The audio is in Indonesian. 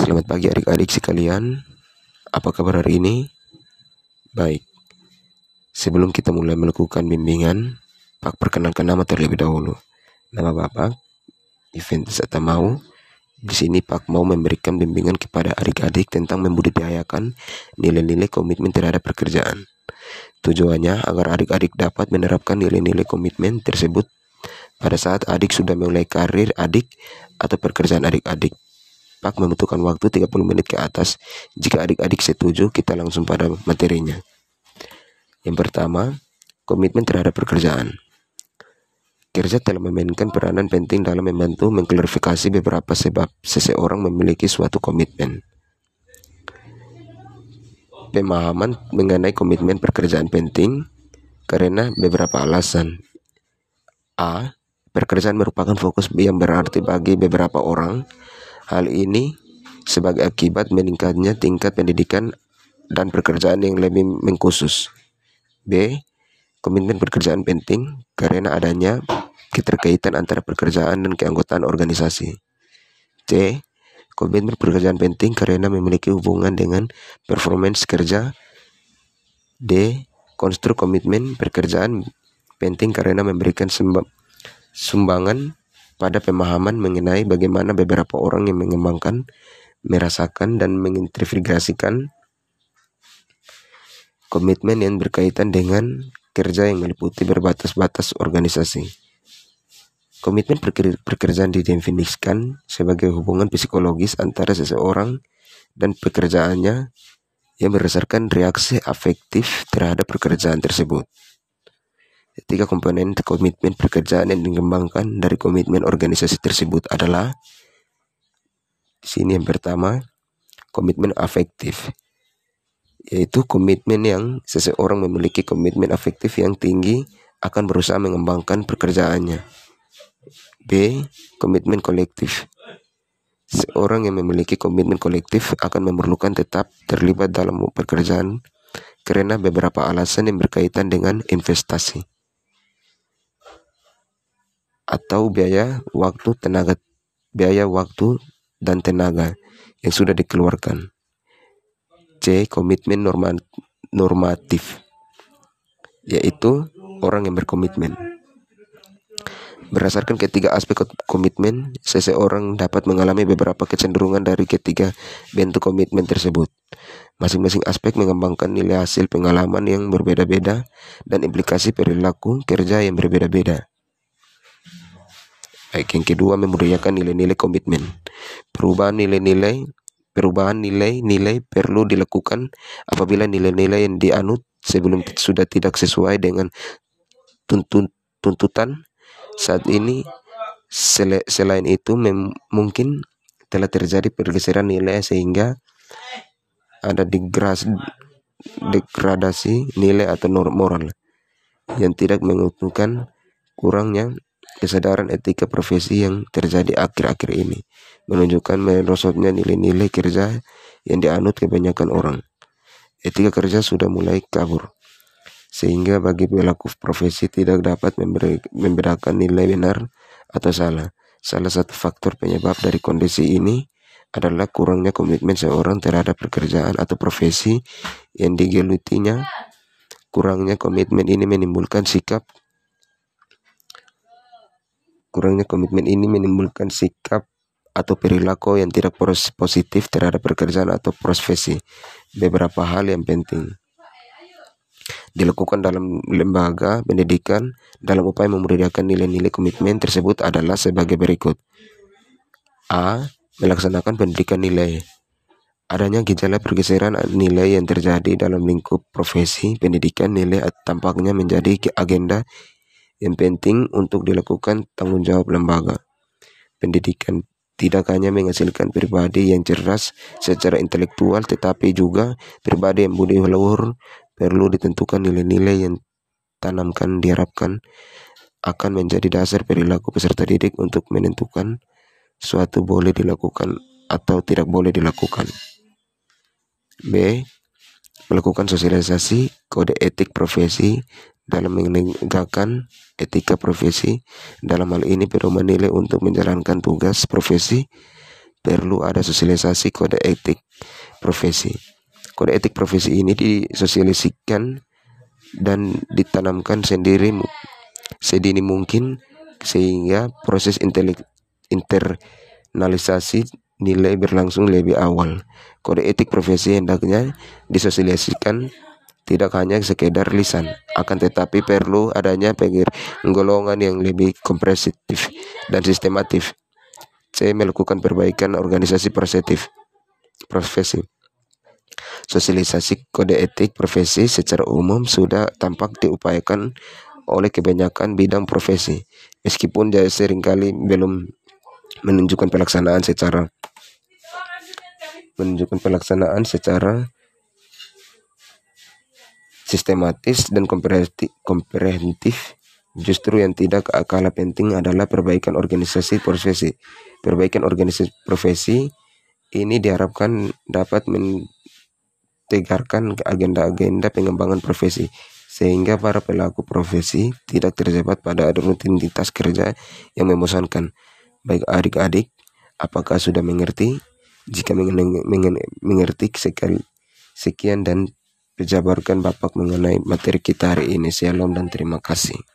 Selamat pagi adik-adik sekalian. Apa kabar hari ini? Baik. Sebelum kita mulai melakukan bimbingan, Pak perkenalkan nama terlebih dahulu. Nama Bapak Event Satamau. Di sini Pak mau memberikan bimbingan kepada adik-adik tentang membudidayakan nilai-nilai komitmen terhadap pekerjaan. Tujuannya agar adik-adik dapat menerapkan nilai-nilai komitmen tersebut pada saat adik sudah mulai karir adik atau pekerjaan adik-adik. Pak membutuhkan waktu 30 menit ke atas. Jika adik-adik setuju, kita langsung pada materinya. Yang pertama, komitmen terhadap pekerjaan. Kerja telah memainkan peranan penting dalam membantu mengklarifikasi beberapa sebab seseorang memiliki suatu komitmen. Pemahaman mengenai komitmen pekerjaan penting karena beberapa alasan. A. Pekerjaan merupakan fokus yang berarti bagi beberapa orang. Hal ini sebagai akibat meningkatnya tingkat pendidikan dan pekerjaan yang lebih mengkhusus. B. Komitmen pekerjaan penting karena adanya keterkaitan antara pekerjaan dan keanggotaan organisasi. C. Komitmen pekerjaan penting karena memiliki hubungan dengan performance kerja. D. Konstruk komitmen pekerjaan penting karena memberikan sumbangan pada pemahaman mengenai bagaimana beberapa orang yang mengembangkan, merasakan, dan mengintegrasikan komitmen yang berkaitan dengan kerja yang meliputi berbatas-batas organisasi. Komitmen pekerjaan didefinisikan sebagai hubungan psikologis antara seseorang dan pekerjaannya yang berdasarkan reaksi afektif terhadap pekerjaan tersebut. Tiga komponen komitmen pekerjaan yang dikembangkan dari komitmen organisasi tersebut adalah di sini yang pertama, komitmen afektif, yaitu komitmen yang seseorang memiliki komitmen afektif yang tinggi akan berusaha mengembangkan pekerjaannya. B. Komitmen kolektif. Seorang yang memiliki komitmen kolektif akan memerlukan tetap terlibat dalam pekerjaan karena beberapa alasan yang berkaitan dengan investasi atau biaya waktu dan tenaga yang sudah dikeluarkan. C. Komitmen normatif, yaitu orang yang berkomitmen. Berdasarkan ketiga aspek komitmen, seseorang dapat mengalami beberapa kecenderungan dari ketiga bentuk komitmen tersebut. Masing-masing aspek mengembangkan nilai hasil pengalaman yang berbeda-beda dan implikasi perilaku kerja yang berbeda-beda. Baik, yang kedua, membudidayakan nilai-nilai komitmen. Perubahan nilai-nilai perlu dilakukan apabila nilai-nilai yang dianut sebelum sudah tidak sesuai dengan tuntutan saat ini. Selain itu, mungkin telah terjadi pergeseran nilai sehingga ada degradasi nilai atau norma moral yang tidak menguntungkan. Kurangnya kesadaran etika profesi yang terjadi akhir-akhir ini menunjukkan merosotnya nilai-nilai kerja yang dianut kebanyakan orang. Etika kerja sudah mulai kabur, sehingga bagi pelaku profesi tidak dapat membedakan nilai benar atau salah. Salah satu faktor penyebab dari kondisi ini adalah kurangnya komitmen seorang terhadap pekerjaan atau profesi yang digelutinya. Kurangnya komitmen ini menimbulkan sikap atau perilaku yang tidak positif terhadap pekerjaan atau profesi. Beberapa hal yang penting dilakukan dalam lembaga pendidikan dalam upaya membudidayakan nilai-nilai komitmen tersebut adalah sebagai berikut. A. Melaksanakan pendidikan nilai. Adanya gejala pergeseran nilai yang terjadi dalam lingkup profesi pendidikan nilai tampaknya menjadi agenda yang penting untuk dilakukan tanggung jawab lembaga pendidikan. Tidak hanya menghasilkan pribadi yang cerdas secara intelektual, tetapi juga pribadi yang budi luhur. Perlu ditentukan nilai-nilai yang diharapkan akan menjadi dasar perilaku peserta didik untuk menentukan suatu boleh dilakukan atau tidak boleh dilakukan. B. Melakukan sosialisasi kode etik profesi dalam menegakkan etika profesi. Dalam hal ini pedoman nilai untuk menjalankan tugas profesi perlu ada sosialisasi kode etik profesi. Kode etik profesi ini disosialisasikan dan ditanamkan sedini mungkin sehingga proses internalisasi nilai berlangsung lebih awal. Kode etik profesi hendaknya disosialisasikan tidak hanya sekedar lisan, akan tetapi perlu adanya penggolongan yang lebih komprehensif dan sistematif. C. Melakukan perbaikan organisasi profesi. Sosialisasi kode etik profesi secara umum sudah tampak diupayakan oleh kebanyakan bidang profesi, meskipun dia seringkali belum menunjukkan pelaksanaan secara sistematis dan komprehensif. Justru yang tidak kalah penting adalah perbaikan organisasi profesi. Perbaikan organisasi profesi ini diharapkan dapat mentegarkan agenda-agenda pengembangan profesi, sehingga para pelaku profesi tidak terjebak pada rutinitas kerja yang membosankan. Baik adik-adik, apakah sudah mengerti? Jika mengerti sekian dan jabarkan Bapak mengenai materi kita hari ini. Shalom dan terima kasih.